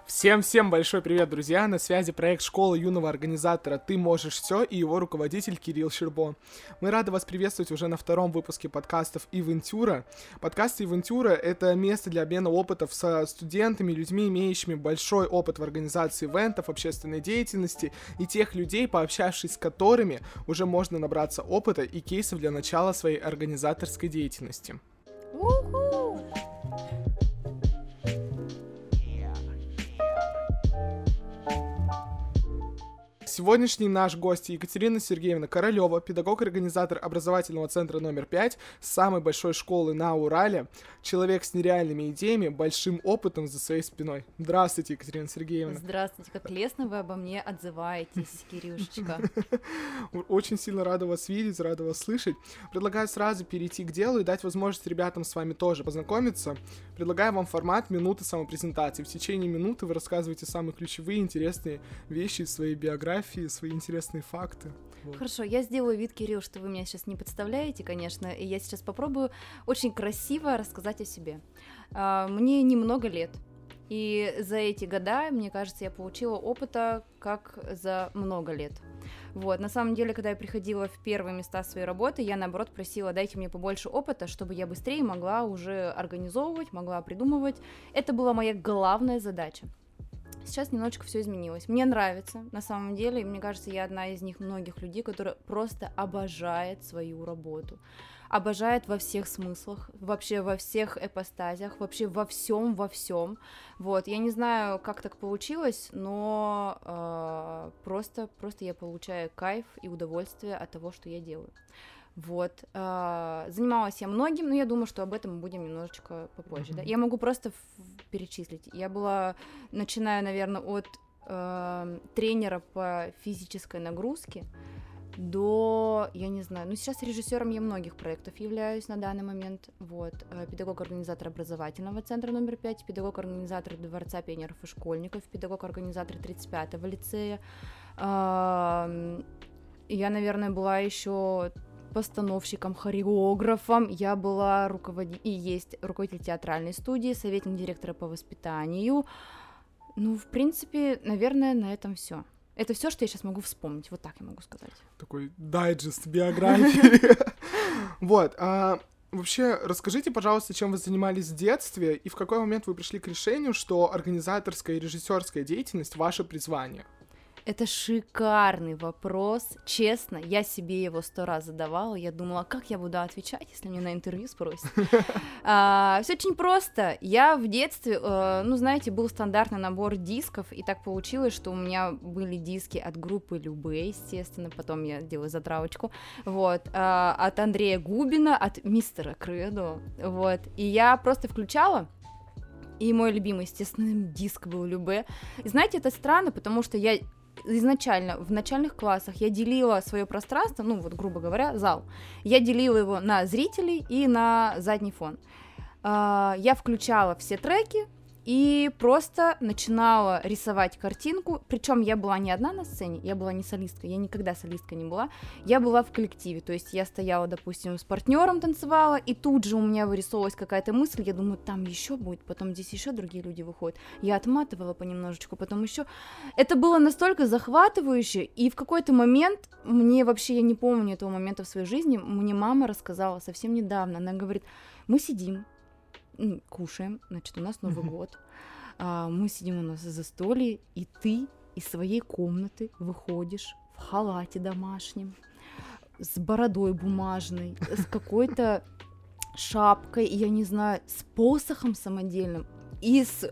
Всем большой привет, друзья! На связи проект школы юного организатора «Ты можешь все» и его руководитель Кирилл Щербо. Мы рады вас приветствовать уже на втором выпуске подкастов «Ивентюра». Подкасты «Ивентюра» — это место для обмена опытов со студентами, людьми, имеющими большой опыт в организации ивентов, общественной деятельности, и тех людей, пообщавшись с которыми, уже можно набраться опыта и кейсов для начала своей организаторской деятельности. Сегодняшний наш гость Екатерина Сергеевна Королева, педагог-организатор образовательного центра номер 5, самой большой школы на Урале, человек с нереальными идеями, большим опытом за своей спиной. Здравствуйте, Екатерина Сергеевна. Здравствуйте, как лестно вы обо мне отзываетесь, Кирюшечка. Очень сильно рада вас видеть, рада вас слышать. Предлагаю сразу перейти к делу и дать возможность ребятам с вами тоже познакомиться. Предлагаю вам формат минуты самопрезентации. В течение минуты вы рассказываете самые ключевые, интересные вещи из своей биографии, свои интересные факты. Вот. Хорошо, я сделаю вид, Кирилл, что вы меня сейчас не представляете, конечно, и я сейчас попробую очень красиво рассказать о себе. Мне немного лет, и за эти года, мне кажется, я получила опыта как за много лет. Вот, на самом деле, когда я приходила в первые места своей работы, я, наоборот, просила, дайте мне побольше опыта, чтобы я быстрее могла уже организовывать, могла придумывать. Это была моя главная задача. Сейчас немножечко все изменилось. Мне нравится, на самом деле, и мне кажется, я одна из них многих людей, которая просто обожает свою работу. Обожает во всех смыслах, вообще во всех ипостасях, вообще во всем. Вот, я не знаю, как так получилось, но просто я получаю кайф и удовольствие от того, что я делаю. Вот, занималась я многим, но я думаю, что об этом мы будем немножечко попозже, да? Я могу просто перечислить. Я была, начиная, наверное, от тренера по физической нагрузке до, я не знаю, ну сейчас режиссером я многих проектов являюсь на данный момент, вот, педагог-организатор образовательного центра номер 5, педагог-организатор Дворца пионеров и школьников, педагог-организатор 35-го лицея, я, наверное, была еще постановщиком, хореографом, я была и есть руководитель театральной студии, советник директора по воспитанию. Ну, в принципе, наверное, на этом все. Это все, что я сейчас могу вспомнить, вот так я могу сказать. Такой дайджест биографии. Вот, вообще, расскажите, пожалуйста, чем вы занимались в детстве и в какой момент вы пришли к решению, что организаторская и режиссерская деятельность — ваше призвание? Это шикарный вопрос, честно, я себе его 100 раз задавала, я думала, как я буду отвечать, если меня на интервью спросят. Все очень просто, я в детстве, ну, знаете, был стандартный набор дисков, и так получилось, что у меня были диски от группы Любэ, естественно, потом я делаю затравочку, вот, от Андрея Губина, от Мистера Кредо, вот, и я просто включала. И мой любимый, естественно, диск был Любэ. И знаете, это странно, потому что я изначально в начальных классах я делила свое пространство, ну вот, грубо говоря, зал, я делила его на зрителей и на задний фон. Я включала все треки и просто начинала рисовать картинку, причем я была не одна на сцене, я была не солисткой, я никогда солисткой не была, я была в коллективе, то есть я стояла, допустим, с партнером танцевала, и тут же у меня вырисовывалась какая-то мысль, я думаю, там еще будет, потом здесь еще другие люди выходят, я отматывала понемножечку, потом еще, это было настолько захватывающе, и в какой-то момент, мне вообще, я не помню этого момента в своей жизни, мне мама рассказала совсем недавно, она говорит, мы сидим, кушаем, значит, у нас Новый год, мы сидим у нас за застолье, и ты из своей комнаты выходишь в халате домашнем, с бородой бумажной, с какой-то шапкой, я не знаю, с посохом самодельным, и с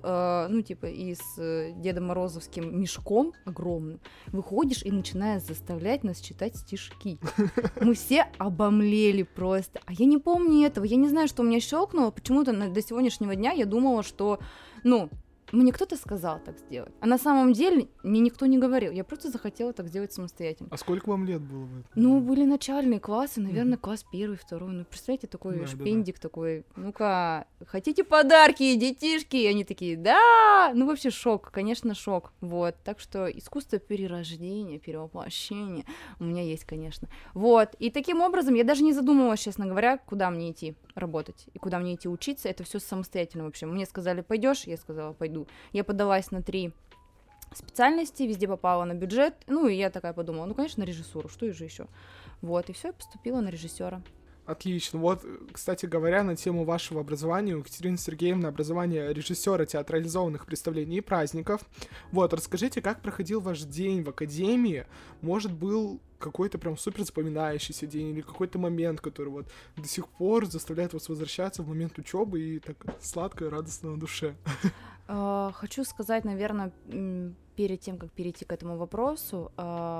Дедом Морозовским мешком огромным, выходишь и начинаешь заставлять нас читать стишки. Мы все обомлели просто. А я не помню этого, я не знаю, что у меня щелкнуло, почему-то до сегодняшнего дня я думала, что, мне кто-то сказал так сделать, а на самом деле мне никто не говорил, я просто захотела так сделать самостоятельно. А сколько вам лет было в этом? Были начальные классы, наверное, класс 1, 2, представляете, такой шпендик такой, ну-ка, хотите подарки, детишки? И они такие, да, вообще шок, конечно, шок, вот, так что искусство перерождения, перевоплощения у меня есть, конечно, вот, и таким образом я даже не задумывалась, честно говоря, куда мне идти работать и куда мне идти учиться, это все самостоятельно вообще, мне сказали, пойдешь, я сказала, пойду. году. Я подалась на 3 специальности, везде попала на бюджет, ну, и я такая подумала, ну, конечно, на режиссуру, что же еще? Вот, и все, я поступила на режиссера. Отлично. Вот, кстати говоря, на тему вашего образования, у Екатерины Сергеевны образование режиссера театрализованных представлений и праздников. Вот, расскажите, как проходил ваш день в академии? Может, был какой-то прям супер запоминающийся день или какой-то момент, который вот до сих пор заставляет вас возвращаться в момент учебы и так сладко и радостно на душе? Хочу сказать, наверное, перед тем, как перейти к этому вопросу,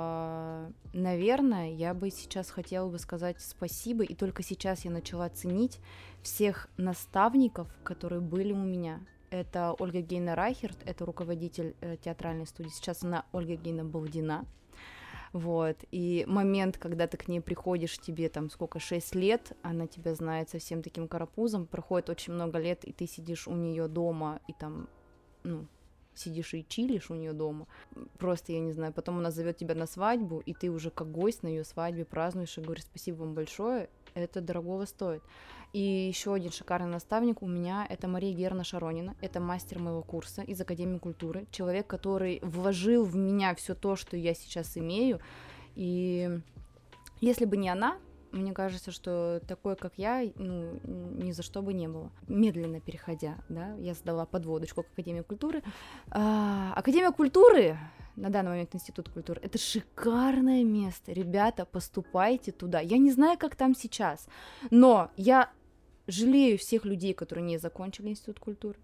наверное, я бы сейчас хотела бы сказать спасибо, и только сейчас я начала ценить всех наставников, которые были у меня. Это Ольга Гейна Райхерт, это руководитель театральной студии, сейчас она Ольга Гейна Балдина. Вот, и момент, когда ты к ней приходишь, тебе там сколько, 6 лет, она тебя знает совсем таким карапузом, проходит очень много лет, и ты сидишь у нее дома, и там, ну, сидишь и чилишь у нее дома, просто, я не знаю, потом она зовет тебя на свадьбу, и ты уже как гость на ее свадьбе празднуешь и говоришь спасибо вам большое, это дорогого стоит. И еще один шикарный наставник у меня — это Мария Герна Шаронина, это мастер моего курса из Академии культуры, человек, который вложил в меня все то, что я сейчас имею, и если бы не она, мне кажется, что такой, как я, ну, ни за что бы не было. Медленно переходя, да, я сдала подводочку к Академии культуры. Академия культуры, на данный момент Институт культуры, это шикарное место. Ребята, поступайте туда. Я не знаю, как там сейчас, но я жалею всех людей, которые не закончили Институт культуры.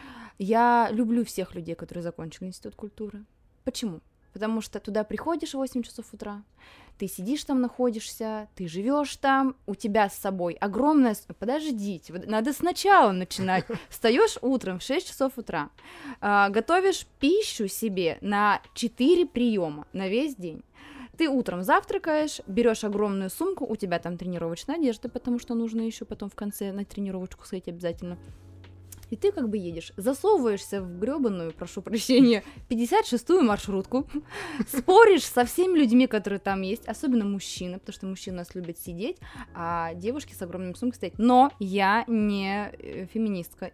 Я люблю всех людей, которые закончили Институт культуры. Почему? Потому что туда приходишь в 8 часов утра, ты сидишь там, находишься, ты живешь там, у тебя с собой огромная... Подождите, надо сначала начинать. Встаешь утром в 6 часов утра, готовишь пищу себе на 4 приема на весь день. Ты утром завтракаешь, берешь огромную сумку, у тебя там тренировочная одежда, потому что нужно еще потом в конце на тренировочку сходить обязательно. И ты как бы едешь, засовываешься в грёбаную, прошу прощения, 56-ю маршрутку, споришь со всеми людьми, которые там есть, особенно мужчины, потому что мужчины у нас любят сидеть, а девушки с огромными сумками стоять. Но я не феминистка,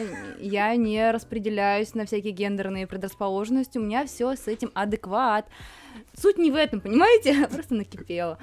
я не распределяюсь на всякие гендерные предрасположенности, у меня все с этим адекват. Суть не в этом, понимаете? Просто накипела.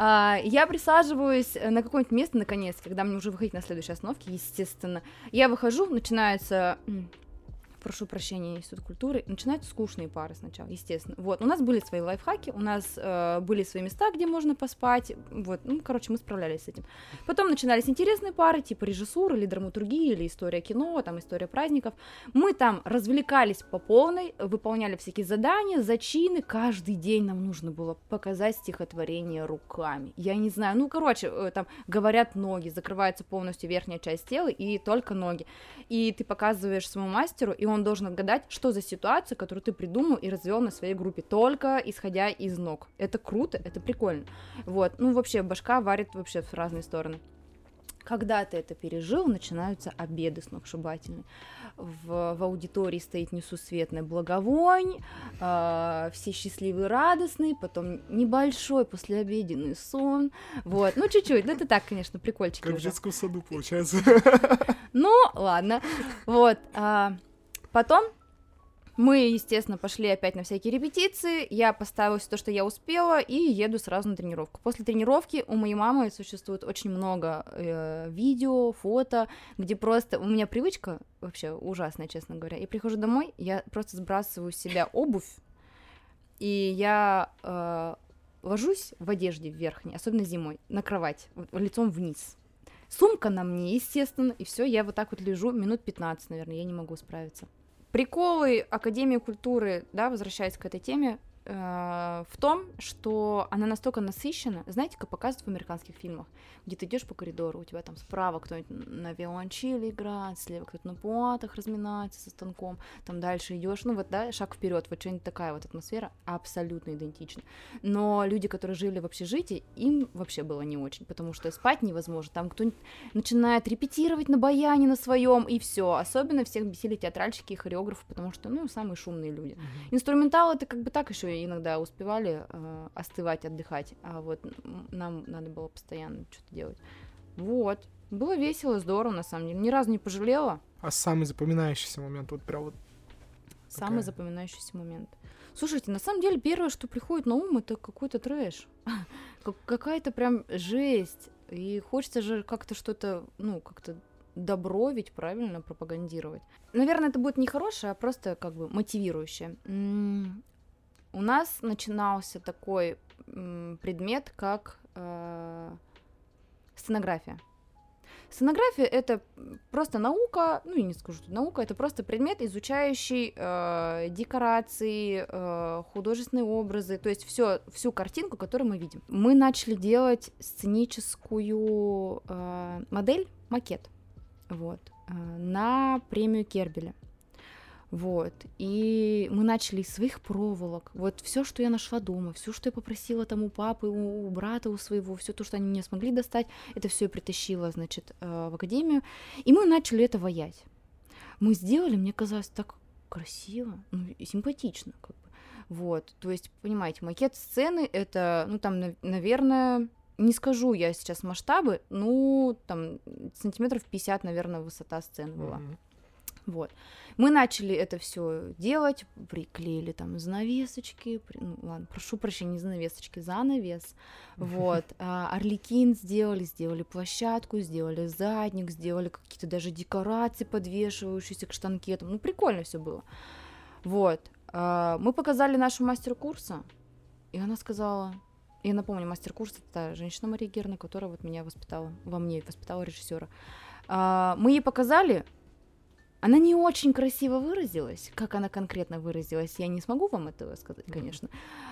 Я присаживаюсь на какое-нибудь место, наконец, когда мне уже выходить на следующей остановке, естественно. Я выхожу, начинается... прошу прощения, Институт культуры, начинаются скучные пары сначала, естественно. Вот, у нас были свои лайфхаки, у нас были свои места, где можно поспать, вот, ну, короче, мы справлялись с этим. Потом начинались интересные пары, типа режиссуры, или драматургии, или история кино, там, история праздников. Мы там развлекались по полной, выполняли всякие задания, зачины, каждый день нам нужно было показать стихотворение руками. Я не знаю, ну, короче, там говорят ноги, закрывается полностью верхняя часть тела и только ноги. И ты показываешь своему мастеру, и он должен отгадать, что за ситуацию, которую ты придумал и развел на своей группе, только исходя из ног. Это круто, это прикольно. Вот, ну вообще башка варит вообще в разные стороны. Когда ты это пережил, начинаются обеды сногсшибательные. В аудитории стоит несусветная благовонь, все счастливые, радостные, потом небольшой послеобеденный сон, вот, ну чуть-чуть, ну это так, конечно, прикольчики как уже. в детском саду, получается. Ну, ладно, вот, потом мы, естественно, пошли опять на всякие репетиции, я поставила все то, что я успела, и еду сразу на тренировку. После тренировки у моей мамы существует очень много видео, фото, где просто... У меня привычка вообще ужасная, честно говоря. Я прихожу домой, я просто сбрасываю с себя обувь, и я ложусь в одежде верхней, особенно зимой, на кровать, лицом вниз. Сумка на мне, естественно, и все, я вот так вот лежу минут 15, наверное, я не могу справиться. Приколы Академии культуры, да, возвращаясь к этой теме, в том, что она настолько насыщена, знаете, как показывают в американских фильмах, где ты идешь по коридору, у тебя там справа кто-нибудь на виолончели играет, слева кто-то на пуатах разминается со станком, там дальше идешь, ну вот, да, шаг вперед, вот что-нибудь такая вот атмосфера абсолютно идентична. Но люди, которые жили в общежитии, им вообще было не очень, потому что спать невозможно, там кто-нибудь начинает репетировать на баяне на своем, и все. Особенно всех бесили театральщики и хореографы, потому что, ну, самые шумные люди. Инструменталы это как бы так еще иногда успевали остывать, отдыхать, а вот нам надо было постоянно что-то делать. Вот. Было весело, здорово, на самом деле. Ни разу не пожалела. А самый запоминающийся момент, вот прям вот Самый запоминающийся момент. Слушайте, на самом деле первое, что приходит на ум, это какой-то трэш. Какая-то прям жесть. И хочется же как-то что-то, как-то добро ведь правильно пропагандировать. Наверное, это будет не хорошее, а просто как бы мотивирующее. У нас начинался такой предмет, как сценография. Сценография — это просто наука, я не скажу, что наука, это просто предмет, изучающий декорации, художественные образы, то есть всю картинку, которую мы видим. Мы начали делать сценическую модель, макет, на премию Кербеля. И мы начали из своих проволок, все, что я нашла дома, все, что я попросила там у папы, у брата, у своего, все то, что они не смогли достать, это все я притащила, в академию, и мы начали это ваять. Мы сделали, мне казалось, так красиво, и симпатично, то есть, понимаете, макет сцены, это, там, наверное, не скажу я сейчас масштабы, там, сантиметров 50, наверное, высота сцены была. Мы начали это все делать, приклеили там занавесочки, прошу прощения, не занавесочки, занавес, Арлекин сделали площадку, сделали задник, сделали какие-то даже декорации, подвешивающиеся к штанкетам, прикольно все было, мы показали нашу мастер-курса, и она сказала, я напомню, мастер-курс — это женщина Мария Герна, которая меня воспитала, во мне воспитала режиссера, мы ей показали. Она не очень красиво выразилась, как она конкретно выразилась, я не смогу вам этого сказать, конечно,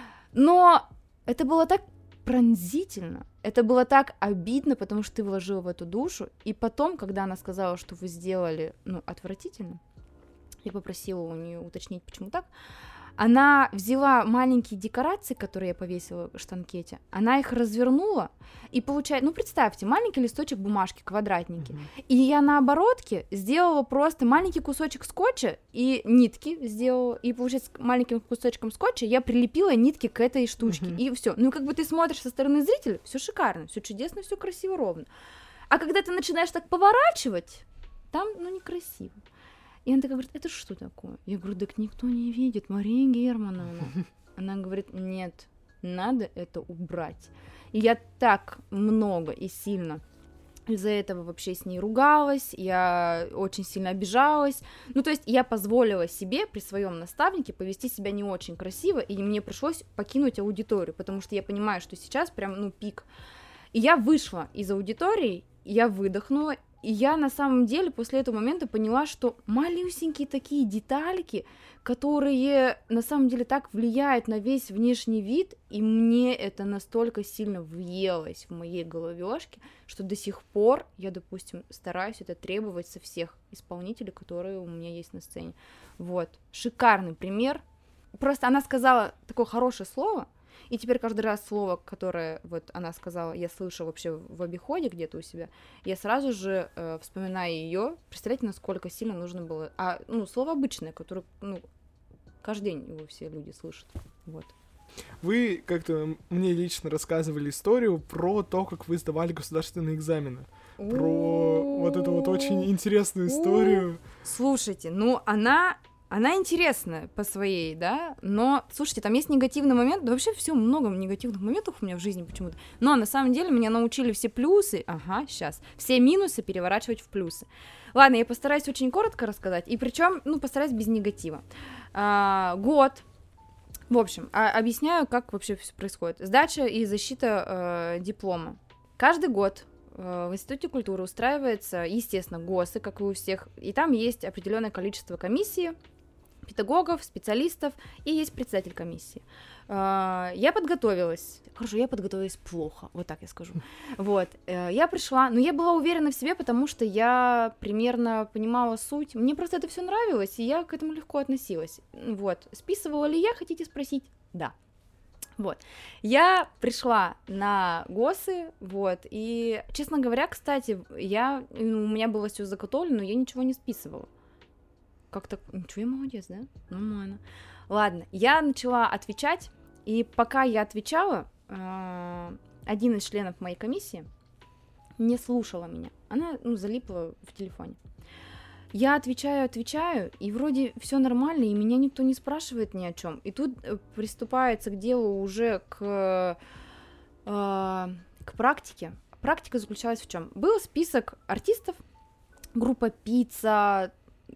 но это было так пронзительно, это было так обидно, потому что ты вложила в эту душу, и потом, когда она сказала, что вы сделали, отвратительно, я попросила у нее уточнить, почему так, она взяла маленькие декорации, которые я повесила в штанкете, она их развернула, и получается, представьте, маленький листочек бумажки, квадратненький, и я на оборотке сделала просто маленький кусочек скотча и нитки сделала, и, получается, маленьким кусочком скотча я прилепила нитки к этой штучке, и все. Ты смотришь со стороны зрителя, все шикарно, все чудесно, все красиво, ровно. А когда ты начинаешь так поворачивать, там, некрасиво. И она такая говорит, это что такое? Я говорю, так никто не видит, Мария Германовна. Она говорит, нет, надо это убрать. И я так много и сильно из-за этого вообще с ней ругалась, я очень сильно обижалась. То есть я позволила себе при своем наставнике повести себя не очень красиво, и мне пришлось покинуть аудиторию, потому что я понимаю, что сейчас прям, пик. И я вышла из аудитории, я выдохнула, и я на самом деле после этого момента поняла, что малюсенькие такие детальки, которые на самом деле так влияют на весь внешний вид, и мне это настолько сильно въелось в моей головешке, что до сих пор я, допустим, стараюсь это требовать со всех исполнителей, которые у меня есть на сцене. Шикарный пример. Просто она сказала такое хорошее слово, и теперь каждый раз слово, которое она сказала, я слышу вообще в обиходе где-то у себя, я сразу же вспоминаю ее. Представляете, насколько сильно нужно было. Слово обычное, которое, каждый день его все люди слышат. Вы как-то мне лично рассказывали историю про то, как вы сдавали государственные экзамены. Про эту очень интересную историю. Слушайте, она интересная по своей, да, но, слушайте, там есть негативный момент, да вообще все много негативных моментов у меня в жизни почему-то, но на самом деле меня научили все плюсы, все минусы переворачивать в плюсы. Ладно, я постараюсь очень коротко рассказать, и причем, постараюсь без негатива. Год, в общем, объясняю, как вообще все происходит. Сдача и защита диплома. Каждый год в Институте культуры устраивается, естественно, ГОСы, как и у всех, и там есть определенное количество комиссий, педагогов, специалистов, и есть председатель комиссии. Я подготовилась. Хорошо, я подготовилась плохо, вот так я скажу. Я пришла, но я была уверена в себе, потому что я примерно понимала суть. Мне просто это все нравилось, и я к этому легко относилась. Списывала ли я, хотите спросить? Да. Я пришла на ГОСы, и, честно говоря, кстати, у меня было все заготовлено, но я ничего не списывала. Как-то, ничего, я молодец, да? Нормально. Ладно, я начала отвечать, и пока я отвечала, один из членов моей комиссии не слушала меня. Она, залипла в телефоне. Я отвечаю, и вроде все нормально, и меня никто не спрашивает ни о чем. И тут приступается к делу уже к практике. Практика заключалась в чем? Был список артистов, группа Пицца,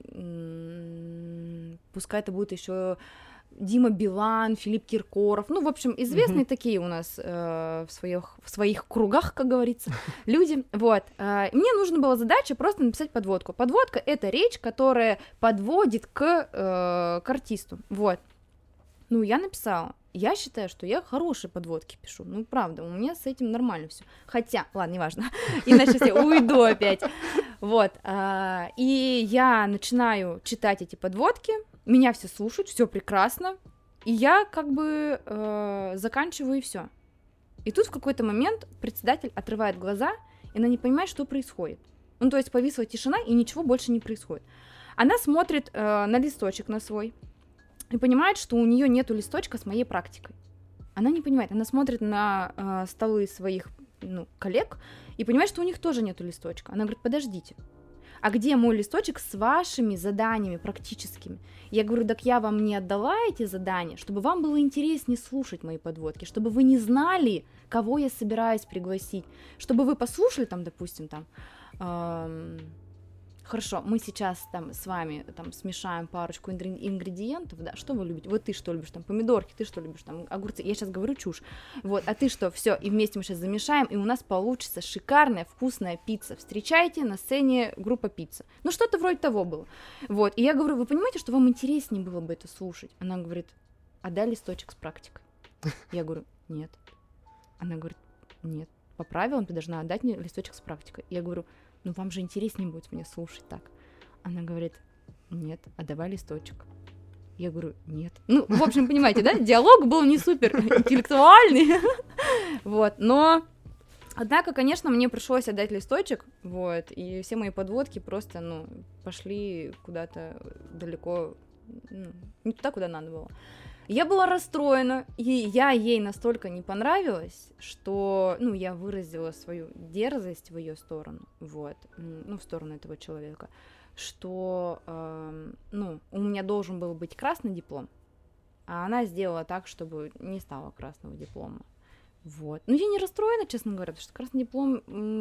пускай это будет еще Дима Билан, Филипп Киркоров, ну, в общем, известные такие у нас в своих кругах, как говорится, люди, вот. Мне нужна была задача просто написать подводку. Подводка — это речь, которая подводит к артисту, вот. Ну, я написала. Я считаю, что я хорошие подводки пишу. Ну, правда, у меня с этим нормально все. Хотя, ладно, неважно, иначе я уйду опять. Вот. И я начинаю читать эти подводки, меня все слушают, все прекрасно, и я как бы заканчиваю, и все. И тут в какой-то момент председатель отрывает глаза, и она не понимает, что происходит. Ну, то есть повисла тишина, и ничего больше не происходит. Она смотрит на листочек на свой, и понимает, что у нее нету листочка с моей практикой. Она не понимает, она смотрит на столы своих коллег и понимает, что у них тоже нету листочка. Она говорит: подождите, а где мой листочек с вашими заданиями практическими? Я говорю: так я вам не отдала эти задания, чтобы вам было интереснее слушать мои подводки, чтобы вы не знали, кого я собираюсь пригласить, чтобы вы послушали там, допустим, хорошо, мы сейчас там с вами там смешаем парочку ингредиентов, да, что вы любите? Вот ты что любишь, там, помидорки, ты что любишь, там, огурцы, я сейчас говорю чушь, вот, а ты что, все, и вместе мы сейчас замешаем, и у нас получится шикарная, вкусная пицца, встречайте на сцене группа Пицца, ну, что-то вроде того было, вот, и я говорю: вы понимаете, что вам интереснее было бы это слушать? Она говорит: а дай листочек с практикой. Я говорю: нет. Она говорит: нет, по правилам ты должна отдать мне листочек с практикой. Я говорю: ну, вам же интереснее будет меня слушать так. Она говорит: нет, а давай листочек. Я говорю: нет. Ну, в общем, понимаете, да, диалог был не супер интеллектуальный, вот, но, однако, конечно, мне пришлось отдать листочек, вот, и все мои подводки просто, пошли куда-то далеко, не туда, куда надо было. Я была расстроена, и я ей настолько не понравилась, что, я выразила свою дерзость в ее сторону, вот, в сторону этого человека, что, у меня должен был быть красный диплом, а она сделала так, чтобы не стало красного диплома, вот. Но я не расстроена, честно говоря, потому что красный диплом,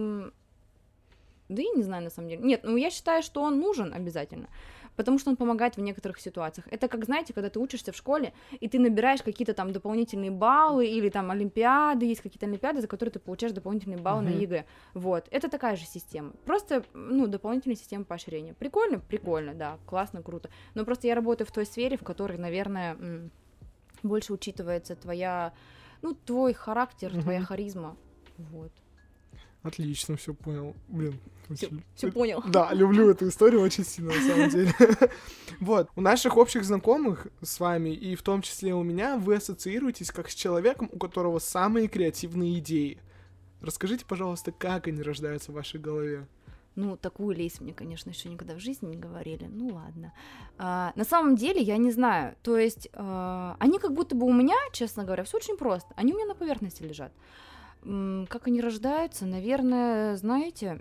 да я не знаю на самом деле. Нет, я считаю, что он нужен обязательно, потому что он помогает в некоторых ситуациях. Это как, знаете, когда ты учишься в школе, и ты набираешь какие-то там дополнительные баллы, или там олимпиады, есть какие-то олимпиады, за которые ты получаешь дополнительные баллы на ЕГЭ. Вот, это такая же система. Просто, дополнительная система поощрения. Прикольно? Прикольно, да, классно, круто. Но просто я работаю в той сфере, в которой, наверное, больше учитывается твой характер, твоя харизма, вот. Отлично, все понял. Блин. Все понял. Да, люблю эту историю очень сильно, на самом деле. Вот, у наших общих знакомых с вами, и в том числе у меня, вы ассоциируетесь как с человеком, у которого самые креативные идеи. Расскажите, пожалуйста, как они рождаются в вашей голове? Такую лесть мне, конечно, еще никогда в жизни не говорили. Ладно. На самом деле, я не знаю. То есть, они как будто бы у меня, честно говоря, все очень просто. Они у меня на поверхности лежат. Как они рождаются, наверное, знаете,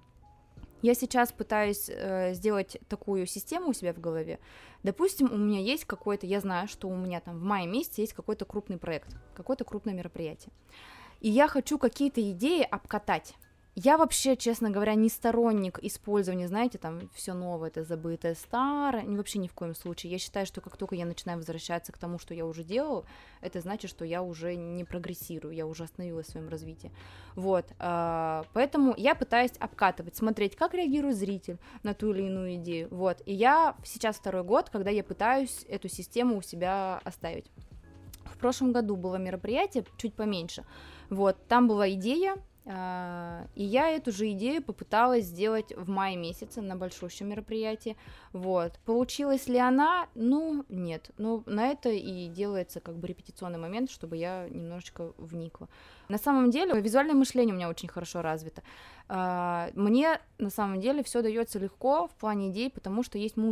я сейчас пытаюсь сделать такую систему у себя в голове. Допустим, у меня есть какой-то, я знаю, что у меня там в мае месяце есть какой-то крупный проект, какое-то крупное мероприятие. И я хочу какие-то идеи обкатать. Я вообще, честно говоря, не сторонник использования, знаете, там, все новое, это забытое старое, вообще ни в коем случае. Я считаю, что как только я начинаю возвращаться к тому, что я уже делала, это значит, что я уже не прогрессирую, я уже остановилась в своем развитии. Вот, поэтому я пытаюсь обкатывать, смотреть, как реагирует зритель на ту или иную идею, вот. И я сейчас второй год, когда я пытаюсь эту систему у себя оставить. В прошлом году было мероприятие, чуть поменьше, вот, там была идея, и я эту же идею попыталась сделать в мае месяце на большущем мероприятии, вот. Получилась ли она? Нет, на это и делается как бы репетиционный момент, чтобы я немножечко вникла. На самом деле визуальное мышление у меня очень хорошо развито. Мне на самом деле все дается легко в плане идей, потому что есть музыка.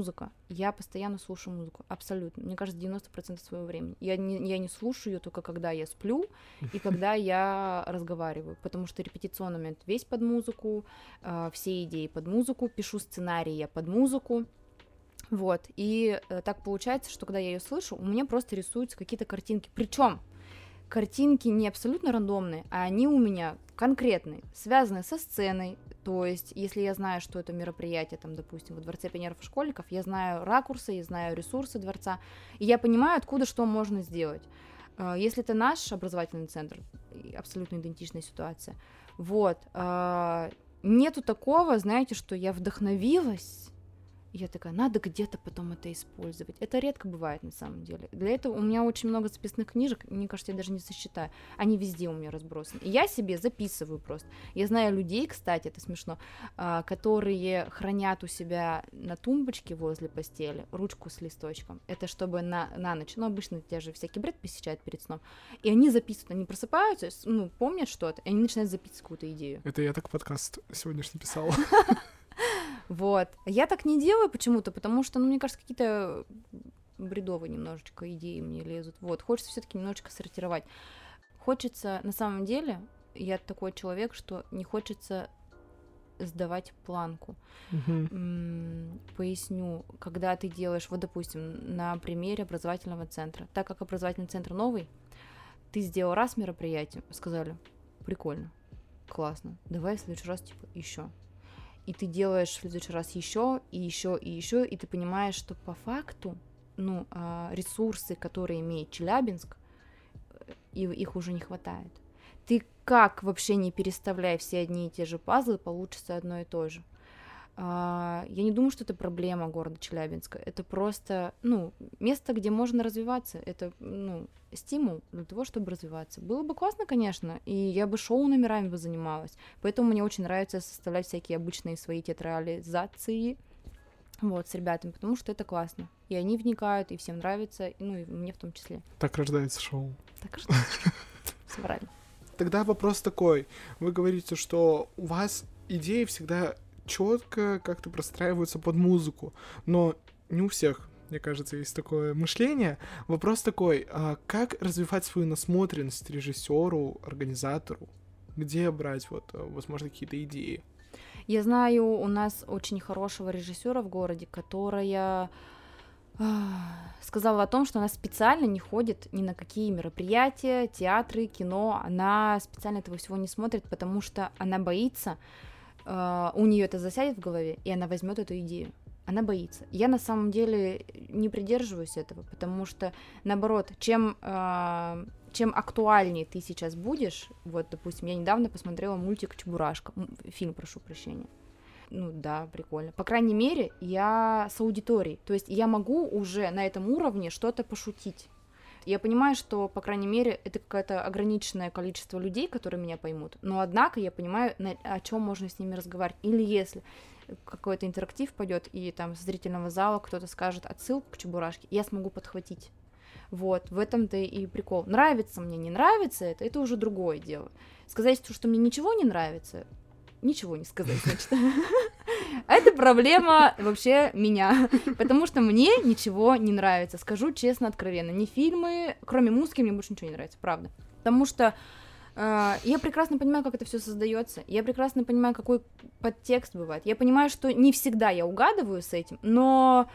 я постоянно слушаю музыку, абсолютно. Мне кажется, 90% своего времени. Я не слушаю ее только когда я сплю и когда я разговариваю, потому что репетиционный момент весь под музыку, все идеи под музыку, пишу сценарий я под музыку. Вот, и так получается, что когда я ее слышу, у меня просто рисуются какие-то картинки. Причем картинки не абсолютно рандомные, а они у меня конкретные, связанные со сценой. То есть, если я знаю, что это мероприятие, там, допустим, во Дворце пионеров и школьников, я знаю ракурсы, я знаю ресурсы дворца, и я понимаю, откуда что можно сделать. Если это наш образовательный центр, абсолютно идентичная ситуация. Вот. Нету такого, знаете, что я вдохновилась, я такая, надо где-то потом это использовать. Это редко бывает на самом деле. Для этого у меня очень много записных книжек, мне кажется, я даже не сосчитаю. Они везде у меня разбросаны. И я себе записываю просто. Я знаю людей, кстати, это смешно, которые хранят у себя на тумбочке возле постели ручку с листочком. Это чтобы на ночь, ну, обычно тебя же всякий бред посещает перед сном. И они записывают, они просыпаются, ну, помнят что-то, и они начинают записывать какую-то идею. Это я так подкаст сегодняшний писала. Вот. Я так не делаю почему-то, потому что, ну, мне кажется, какие-то бредовые немножечко идеи мне лезут. Вот. Хочется все-таки немножечко сортировать. Хочется, на самом деле, я такой человек, что не хочется сдавать планку. Поясню, когда ты делаешь, вот, допустим, на примере образовательного центра. Так как образовательный центр новый, ты сделал раз мероприятие, сказали, прикольно, классно, давай в следующий раз, типа, еще. И ты делаешь в следующий раз еще, и еще, и еще, и ты понимаешь, что по факту, ну, ресурсы, которые имеет Челябинск, их уже не хватает. Ты как вообще не переставляй все одни и те же пазлы, получится одно и то же. Я не думаю, что это проблема города Челябинска. Это просто, ну, место, где можно развиваться. Это, ну, стимул для того, чтобы развиваться. Было бы классно, конечно, и я бы шоу-номерами бы занималась. Поэтому мне очень нравится составлять всякие обычные свои театрализации, вот, с ребятами, потому что это классно. И они вникают, и всем нравится, ну, и мне в том числе. Так рождается шоу. Так рождается шоу. Все правильно. Тогда вопрос такой. Вы говорите, что у вас идеи всегда четко как-то простраиваются под музыку, но не у всех, мне кажется, есть такое мышление. Вопрос такой, как развивать свою насмотренность режиссеру, организатору? Где брать, вот, возможно, какие-то идеи? Я знаю, у нас очень хорошего режиссера в городе, которая сказала о том, что она специально не ходит ни на какие мероприятия, театры, кино. Она специально этого всего не смотрит, потому что она боится, у нее это засядет в голове, и она возьмет эту идею. Она боится. Я на самом деле не придерживаюсь этого, потому что, наоборот, чем актуальнее ты сейчас будешь, вот, допустим, я недавно посмотрела мультик «Чебурашка», фильм, прошу прощения. Ну да, прикольно. По крайней мере, я с аудиторией, то есть я могу уже на этом уровне что-то пошутить. Я понимаю, что, по крайней мере, это какое-то ограниченное количество людей, которые меня поймут, но, однако, я понимаю, о чем можно с ними разговаривать. Или если какой-то интерактив пойдет, и там с зрительного зала кто-то скажет отсылку к Чебурашке, я смогу подхватить. Вот, в этом-то и прикол. Нравится мне, не нравится это уже другое дело. Сказать, что мне ничего не нравится, ничего не сказать, значит. Это проблема вообще меня, потому что мне ничего не нравится, скажу честно, откровенно. Ни фильмы, кроме музыки, мне больше ничего не нравится, правда. Потому что я прекрасно понимаю, как это все создается, я прекрасно понимаю, какой подтекст бывает. Я понимаю, что не всегда я угадываю с этим, но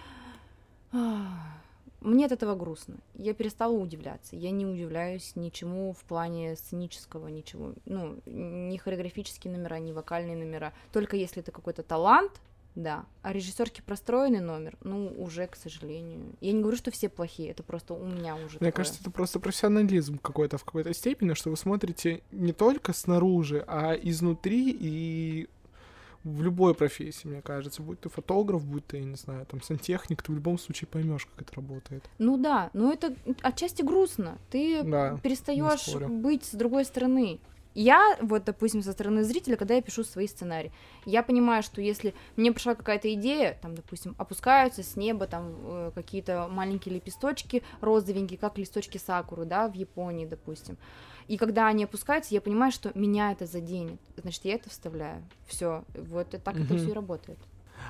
мне от этого грустно. Я перестала удивляться. Я не удивляюсь ничему в плане сценического, ничего. Ну, ни хореографические номера, ни вокальные номера. Только если это какой-то талант, да. А режиссерский простроенный номер, ну, уже, к сожалению. Я не говорю, что все плохие, это просто у меня уже Мне такое. кажется, это просто профессионализм какой-то в какой-то степени, что вы смотрите не только снаружи, а изнутри и в любой профессии, мне кажется, будь ты фотограф, будь ты, я не знаю, там, сантехник, ты в любом случае поймешь, как это работает. Ну да, но это отчасти грустно. Ты перестаешь быть с другой стороны. Я, вот, допустим, со стороны зрителя, когда я пишу свои сценарии, я понимаю, что если мне пришла какая-то идея, там, допустим, опускаются с неба там какие-то маленькие лепесточки розовенькие, как листочки сакуры, да, в Японии, допустим. И когда они опускаются, я понимаю, что меня это заденет. Значит, я это вставляю. Все, вот так это все и работает.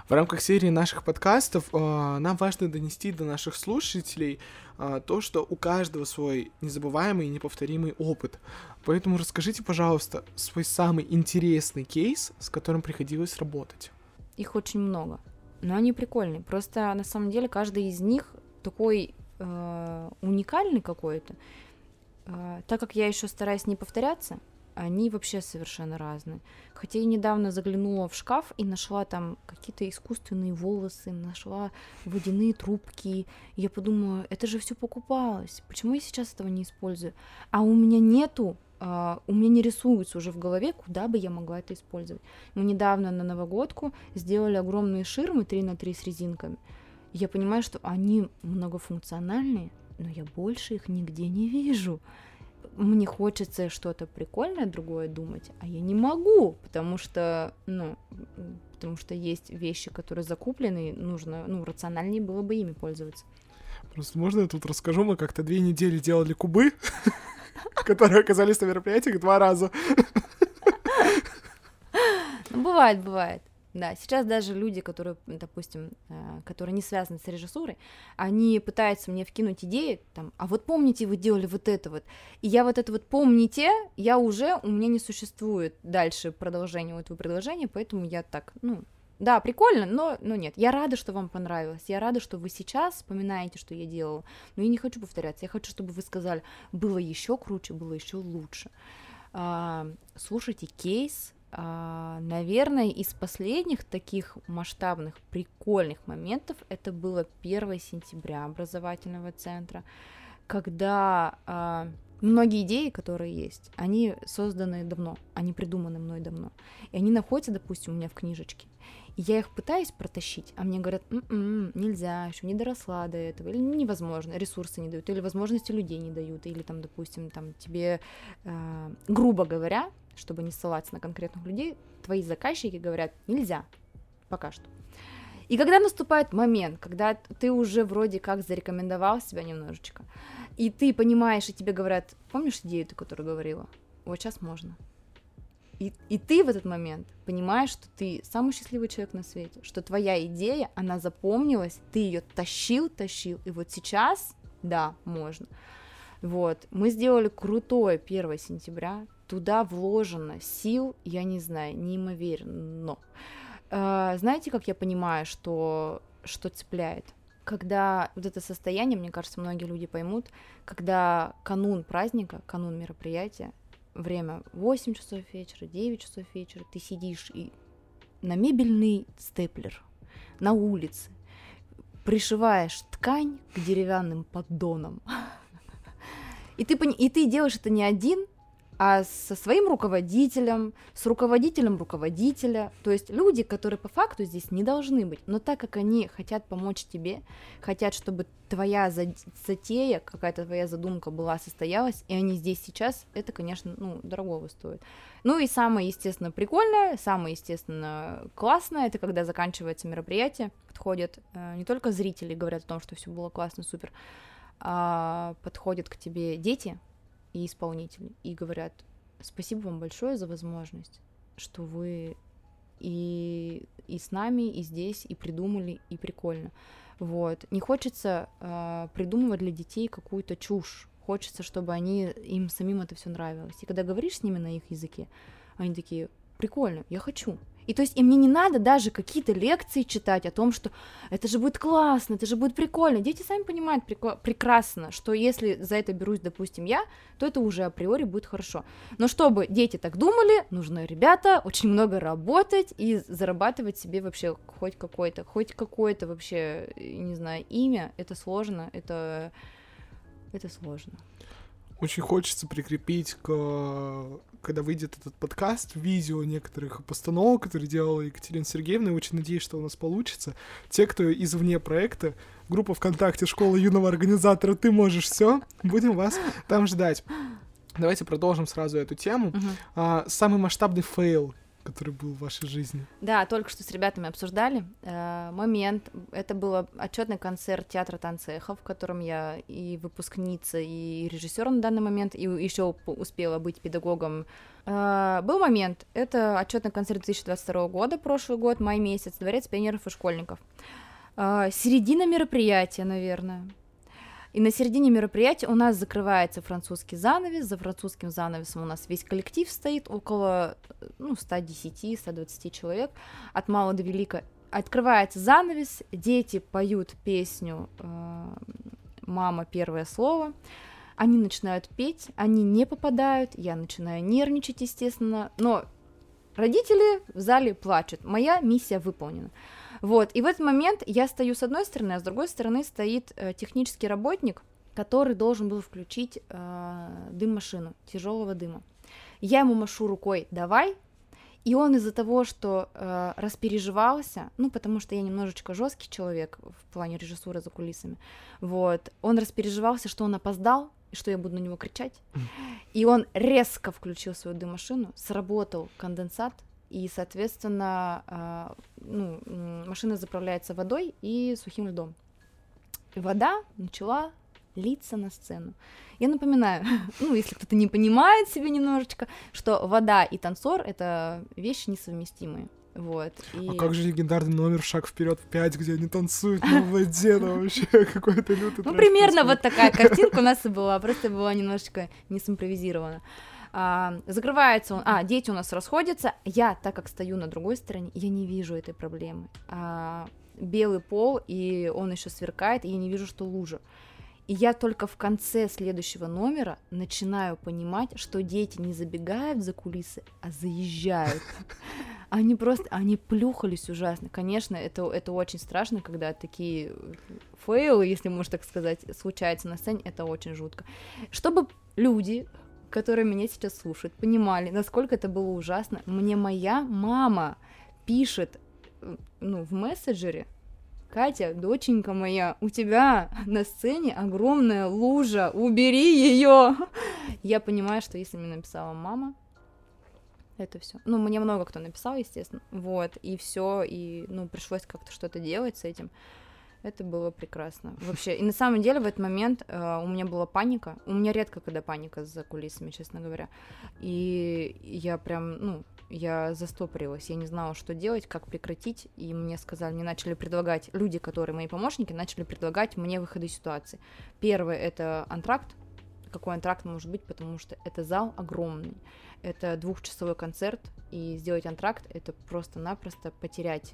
В рамках серии наших подкастов нам важно донести до наших слушателей то, что у каждого свой незабываемый и неповторимый опыт. Поэтому расскажите, пожалуйста, свой самый интересный кейс, с которым приходилось работать. Их очень много, но они прикольные. Просто на самом деле каждый из них такой уникальный какой-то. Так как я еще стараюсь не повторяться, они вообще совершенно разные. Хотя я недавно заглянула в шкаф и нашла там какие-то искусственные волосы, нашла водяные трубки. И я подумала, это же все покупалось. Почему я сейчас этого не использую? А у меня нету, у меня не рисуется уже в голове, куда бы я могла это использовать. Мы недавно на Новогодку сделали огромные ширмы 3х3 с резинками. И я понимаю, что они многофункциональные, но я больше их нигде не вижу. Мне хочется что-то прикольное другое думать, а я не могу, потому что есть вещи, которые закуплены, нужно, рациональнее было бы ими пользоваться. Просто можно я тут расскажу? Мы как-то 2 недели делали кубы, которые оказались на мероприятиях 2 раза. Бывает. Да, сейчас даже люди, которые, допустим, которые не связаны с режиссурой, они пытаются мне вкинуть идеи, там, а вот помните, вы делали вот это вот, и я вот это вот помните, у меня не существует дальше продолжения этого предложения, поэтому я так, да, прикольно, но нет, я рада, что вам понравилось, я рада, что вы сейчас вспоминаете, что я делала, но я не хочу повторяться, я хочу, чтобы вы сказали, было еще круче, было еще лучше. Слушайте кейс. Наверное, из последних таких масштабных, прикольных моментов это было 1 сентября образовательного центра, когда многие идеи, которые есть, они созданы давно, они придуманы мной давно, и они находятся, допустим, у меня в книжечке, и я их пытаюсь протащить, а мне говорят, нельзя, еще не доросла до этого, или невозможно, ресурсы не дают, или возможности людей не дают, или там, допустим, там тебе, грубо говоря, чтобы не ссылаться на конкретных людей, твои заказчики говорят, нельзя, пока что. И когда наступает момент, когда ты уже вроде как зарекомендовал себя немножечко, и ты понимаешь, и тебе говорят, помнишь идею, которую говорила? Вот сейчас можно. И ты в этот момент понимаешь, что ты самый счастливый человек на свете, что твоя идея, она запомнилась, ты ее тащил, и вот сейчас, да, можно. Вот, мы сделали крутое 1 сентября, туда вложено сил, я не знаю, неимоверно. Знаете, как я понимаю, что цепляет? Когда вот это состояние, мне кажется, многие люди поймут, когда канун праздника, канун мероприятия, время 8 часов вечера, 9 часов вечера, ты сидишь и на мебельный степлер, на улице, пришиваешь ткань к деревянным поддонам, и ты делаешь это не один, а со своим руководителем, с руководителем руководителя, то есть люди, которые по факту здесь не должны быть, но так как они хотят помочь тебе, хотят, чтобы твоя затея, какая-то твоя задумка состоялась, и они здесь сейчас, это, конечно, дорогого стоит. Ну и самое, естественно, прикольное, самое, естественно, классное, это когда заканчивается мероприятие, подходят не только зрители, говорят о том, что все было классно, супер, а подходят к тебе дети и исполнители, и говорят, спасибо вам большое за возможность, что вы и с нами, и здесь, и придумали, и прикольно. Вот. Не хочется придумывать для детей какую-то чушь, хочется, чтобы им самим это все нравилось. И когда говоришь с ними на их языке, они такие, прикольно, я хочу. И то есть им мне не надо даже какие-то лекции читать о том, что это же будет классно, это же будет прикольно. Дети сами понимают прекрасно, что если за это берусь, допустим, я, то это уже априори будет хорошо. Но чтобы дети так думали, нужно, ребята, очень много работать и зарабатывать себе вообще хоть какое-то вообще, не знаю, имя. Это сложно, это сложно. Очень хочется прикрепить когда выйдет этот подкаст, видео некоторых постановок, которые делала Екатерина Сергеевна, и очень надеюсь, что у нас получится. Те, кто извне проекта, группа ВКонтакте «Школа юного организатора», ты можешь все, будем вас там ждать. Давайте продолжим сразу эту тему. Самый масштабный фейл, который был в вашей жизни? Да, только что с ребятами обсуждали момент. Это был отчетный концерт театра танцехов, в котором я и выпускница, и режиссер на данный момент, и еще успела быть педагогом. Был момент. Это отчетный концерт 2022 года, прошлый год, май месяц, Дворец пионеров и школьников. Середина мероприятия, наверное. И на середине мероприятия у нас закрывается французский занавес, за французским занавесом у нас весь коллектив стоит, около 110-120 человек, от мала до велика. Открывается занавес, дети поют песню «Мама, первое слово», они начинают петь, они не попадают, я начинаю нервничать, естественно, но родители в зале плачут, моя миссия выполнена. Вот, и в этот момент я стою с одной стороны, а с другой стороны стоит технический работник, который должен был включить дым-машину, тяжелого дыма. Я ему машу рукой «давай», и он из-за того, что распереживался, потому что я немножечко жесткий человек в плане режиссуры за кулисами, вот, он распереживался, что он опоздал, и что я буду на него кричать, и он резко включил свою дым-машину, сработал конденсат, и, соответственно, машина заправляется водой и сухим льдом. И вода начала литься на сцену. Я напоминаю, если кто-то не понимает себе немножечко, что вода и танцор — это вещи несовместимые. Вот. А как же легендарный номер «Шаг вперед в 5», где они танцуют на воде, там вообще какой-то лютый трэш. Примерно вот такая картинка у нас и была, просто была немножечко не симпровизирована. Закрывается он, дети у нас расходятся, я, так как стою на другой стороне, я не вижу этой проблемы. Белый пол, и он еще сверкает, и я не вижу, что лужа. И я только в конце следующего номера начинаю понимать, что дети не забегают за кулисы, а заезжают. Они плюхались ужасно. Конечно, это очень страшно, когда такие фейлы, если можно так сказать, случаются на сцене, это очень жутко. Чтобы люди, которые меня сейчас слушают, понимали, насколько это было ужасно, мне моя мама пишет, в мессенджере: «Катя, доченька моя, у тебя на сцене огромная лужа, убери ее!» Я понимаю, что если мне написала мама, это все. Мне много кто написал, естественно, вот, и все, и, пришлось как-то что-то делать с этим. Это было прекрасно. Вообще, и на самом деле в этот момент у меня была паника. У меня редко когда паника за кулисами, честно говоря. И я прям, я застопорилась. Я не знала, что делать, как прекратить. И мне начали предлагать, люди, которые мои помощники, начали предлагать мне выходы из ситуации. Первое — это антракт. Какой антракт может быть, потому что это зал огромный. Это 2-часовой концерт, и сделать антракт — это просто-напросто потерять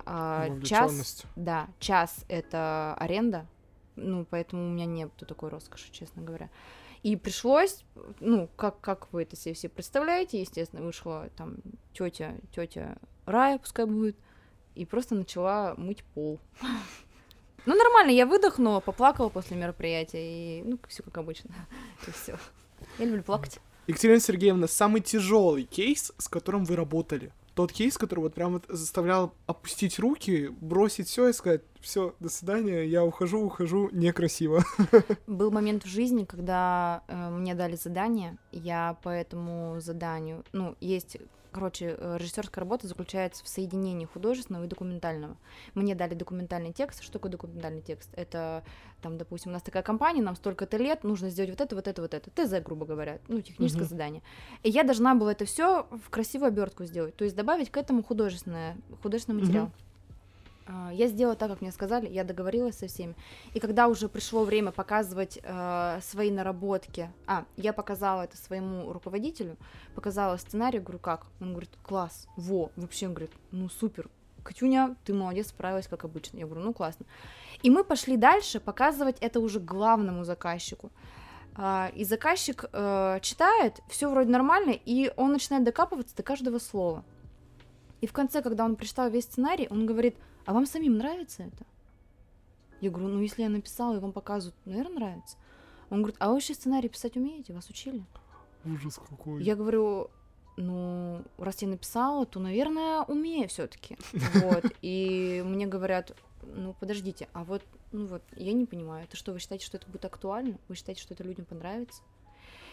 час это аренда, поэтому у меня нет такой роскоши, честно говоря. И пришлось, как вы это себе все представляете, естественно, вышла там тетя Рая, пускай будет, и просто начала мыть пол. Нормально, я выдохнула, поплакала после мероприятия, и, все как обычно, и все. Я люблю плакать. Екатерина Сергеевна, самый тяжелый кейс, с которым вы работали? Тот кейс, который прям заставлял опустить руки, бросить все и сказать: все, до свидания, я ухожу, некрасиво. Был момент в жизни, когда мне дали задание, я по этому заданию, есть... режиссерская работа заключается в соединении художественного и документального. Мне дали документальный текст. Что такое документальный текст? Это, допустим, у нас такая компания, нам столько-то лет, нужно сделать вот это. ТЗ, грубо говоря, техническое задание. И я должна была это все в красивую обертку сделать, то есть добавить к этому художественный материал. Я сделала так, как мне сказали, я договорилась со всеми. И когда уже пришло время показывать свои наработки, я показала это своему руководителю, показала сценарий, говорю: как? Он говорит: класс, вообще, он говорит: супер, Катюня, ты молодец, справилась как обычно. Я говорю: классно. И мы пошли дальше показывать это уже главному заказчику. И заказчик читает, все вроде нормально, и он начинает докапываться до каждого слова. И в конце, когда он прочитал весь сценарий, он говорит: а вам самим нравится это? Я говорю: если я написала и вам показывают, наверное, нравится. Он говорит: а вы вообще сценарий писать умеете? Вас учили? Ужас какой. Я говорю: раз я написала, то, наверное, умею все-таки. Вот. И мне говорят: подождите, я не понимаю, это что, вы считаете, что это будет актуально? Вы считаете, что это людям понравится?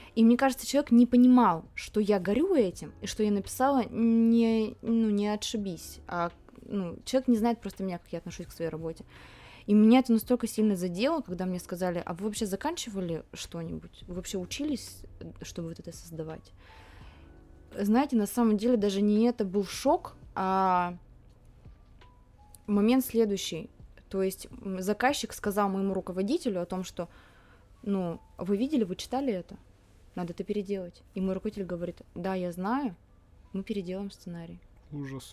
И мне кажется, человек не понимал, что я горю этим, и что я написала не отшибись, а человек не знает просто меня, как я отношусь к своей работе. И меня это настолько сильно задело, когда мне сказали, а вы вообще заканчивали что-нибудь? Вы вообще учились, чтобы вот это создавать? Знаете, на самом деле даже не это был шок, а момент следующий. То есть заказчик сказал моему руководителю о том, что, вы видели, вы читали это? Надо это переделать. И мой руководитель говорит, да, я знаю, мы переделаем сценарий. Ужас.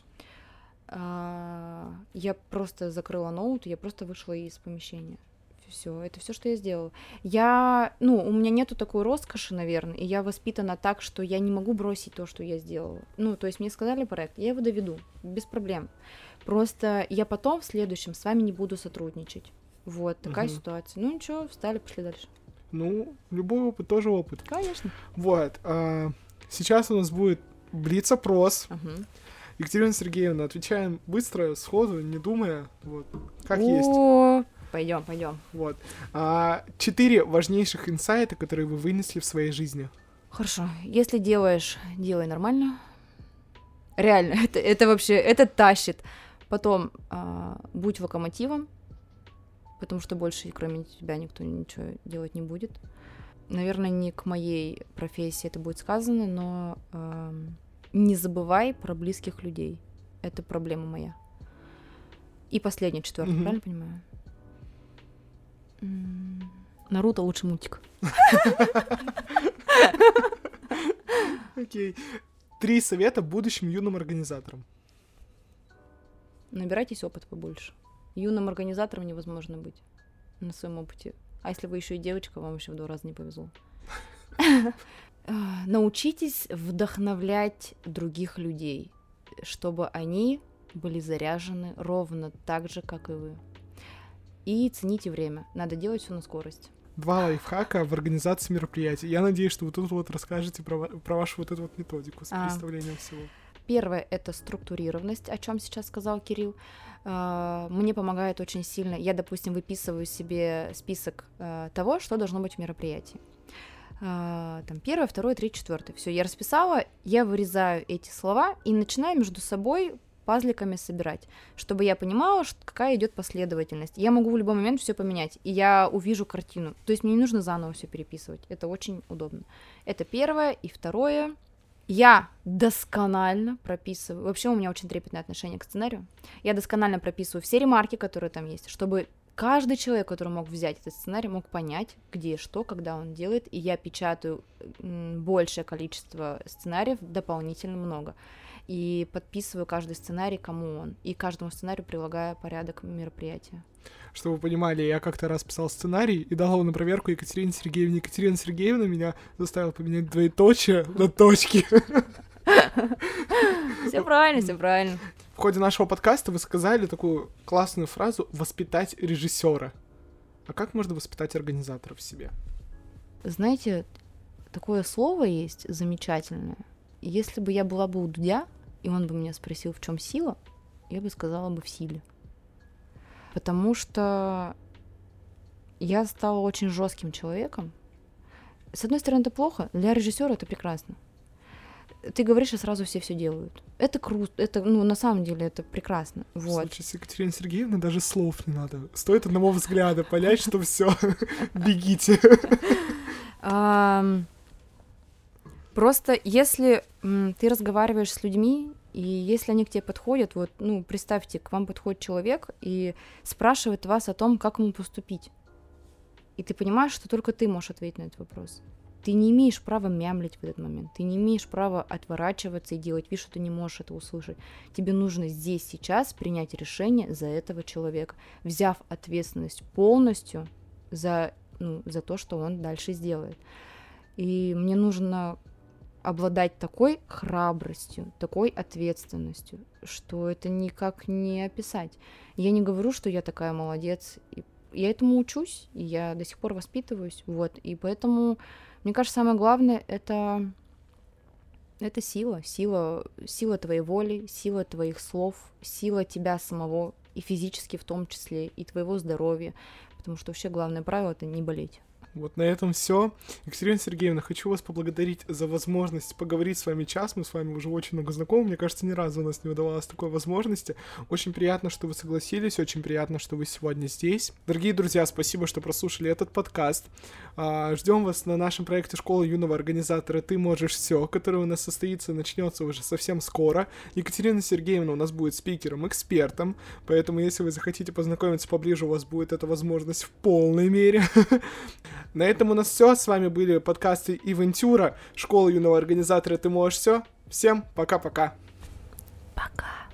Я просто закрыла ноут, я просто вышла из помещения. Все, это все, что я сделала. У меня нету такой роскоши, наверное, и я воспитана так, что я не могу бросить то, что я сделала. То есть мне сказали проект, я его доведу, без проблем. Просто я потом в следующем с вами не буду сотрудничать. Вот, такая ситуация. Ничего, встали, пошли дальше. Любой опыт тоже опыт. Конечно. Вот, сейчас у нас будет блиц-опрос. Екатерина Сергеевна, отвечаем быстро, сходу, не думая, вот, как есть. Пойдем. Вот. 4 важнейших инсайта, которые вы вынесли в своей жизни. Хорошо. Если делаешь, делай нормально. Реально, это вообще, это тащит. Потом будь локомотивом, потому что больше, кроме тебя, никто ничего делать не будет. Наверное, не к моей профессии это будет сказано, но не забывай про близких людей. Это проблема моя. И последний, 4-й, правильно понимаю? Наруто лучший мультик. Окей. 3 совета будущим юным организаторам. Набирайтесь опыта побольше. Юным организатором невозможно быть на своем опыте. А если вы еще и девочка, вам еще в 2 раза не повезло. Научитесь вдохновлять других людей, чтобы они были заряжены ровно так же, как и вы. И цените время. Надо делать все на скорость. 2 лайфхака в организации мероприятий. Я надеюсь, что вы тут вот расскажете про вашу вот эту вот методику с представлением всего. Первое — это структурированность, о чем сейчас сказал Кирилл. Мне помогает очень сильно. Я, допустим, выписываю себе список того, что должно быть в мероприятии. 1, 2, 3, 4. Все, я расписала, я вырезаю эти слова и начинаю между собой пазликами собирать, чтобы я понимала, какая идет последовательность. Я могу в любой момент все поменять, и я увижу картину. То есть мне не нужно заново все переписывать. Это очень удобно. Это первое. И второе. Я досконально прописываю. Вообще у меня очень трепетное отношение к сценарию. Я досконально прописываю все ремарки, которые там есть, чтобы каждый человек, который мог взять этот сценарий, мог понять, где что, когда он делает, и я печатаю большее количество сценариев, дополнительно много, и подписываю каждый сценарий, кому он, и каждому сценарию прилагаю порядок мероприятия. Чтобы вы понимали, я как-то раз писал сценарий и дал его на проверку Екатерине Сергеевне. Екатерина Сергеевна меня заставила поменять двоеточие на точки. Все правильно. В ходе нашего подкаста вы сказали такую классную фразу «воспитать режиссера». А как можно воспитать организатора в себе? Знаете, такое слово есть замечательное. Если бы я была бы у Дудя, и он бы меня спросил, в чем сила, я бы сказала бы в силе. Потому что я стала очень жестким человеком. С одной стороны, это плохо, для режиссера это прекрасно. Ты говоришь, и сразу все делают. Это круто, это, на самом деле, это прекрасно. Вот. В случае с Екатериной Сергеевной даже слов не надо. Стоит одного взгляда понять, что все, бегите. Просто если ты разговариваешь с людьми, и если они к тебе подходят, представьте, к вам подходит человек и спрашивает вас о том, как ему поступить. И ты понимаешь, что только ты можешь ответить на этот вопрос. Ты не имеешь права мямлить в этот момент. Ты не имеешь права отворачиваться и делать вид, что ты не можешь это услышать. Тебе нужно здесь, сейчас принять решение за этого человека, взяв ответственность полностью за то, что он дальше сделает. И мне нужно обладать такой храбростью, такой ответственностью, что это никак не описать. Я не говорю, что я такая молодец. Я этому учусь, и я до сих пор воспитываюсь. Вот. И поэтому, мне кажется, самое главное — это сила. Сила твоей воли, сила твоих слов, сила тебя самого, и физически в том числе, и твоего здоровья. Потому что вообще главное правило — это не болеть. Вот на этом все. Екатерина Сергеевна, хочу вас поблагодарить за возможность поговорить с вами час. Мы с вами уже очень много знакомы. Мне кажется, ни разу у нас не удавалось такой возможности. Очень приятно, что вы согласились. Очень приятно, что вы сегодня здесь. Дорогие друзья, спасибо, что прослушали этот подкаст. Ждем вас на нашем проекте «Школа юного организатора. Ты можешь все», который у нас состоится и начнется уже совсем скоро. Екатерина Сергеевна у нас будет спикером-экспертом, поэтому если вы захотите познакомиться поближе, у вас будет эта возможность в полной мере. На этом у нас все. С вами были подкасты Ивентюра, Школа юного организатора «Ты можешь все». Всем пока-пока. Пока.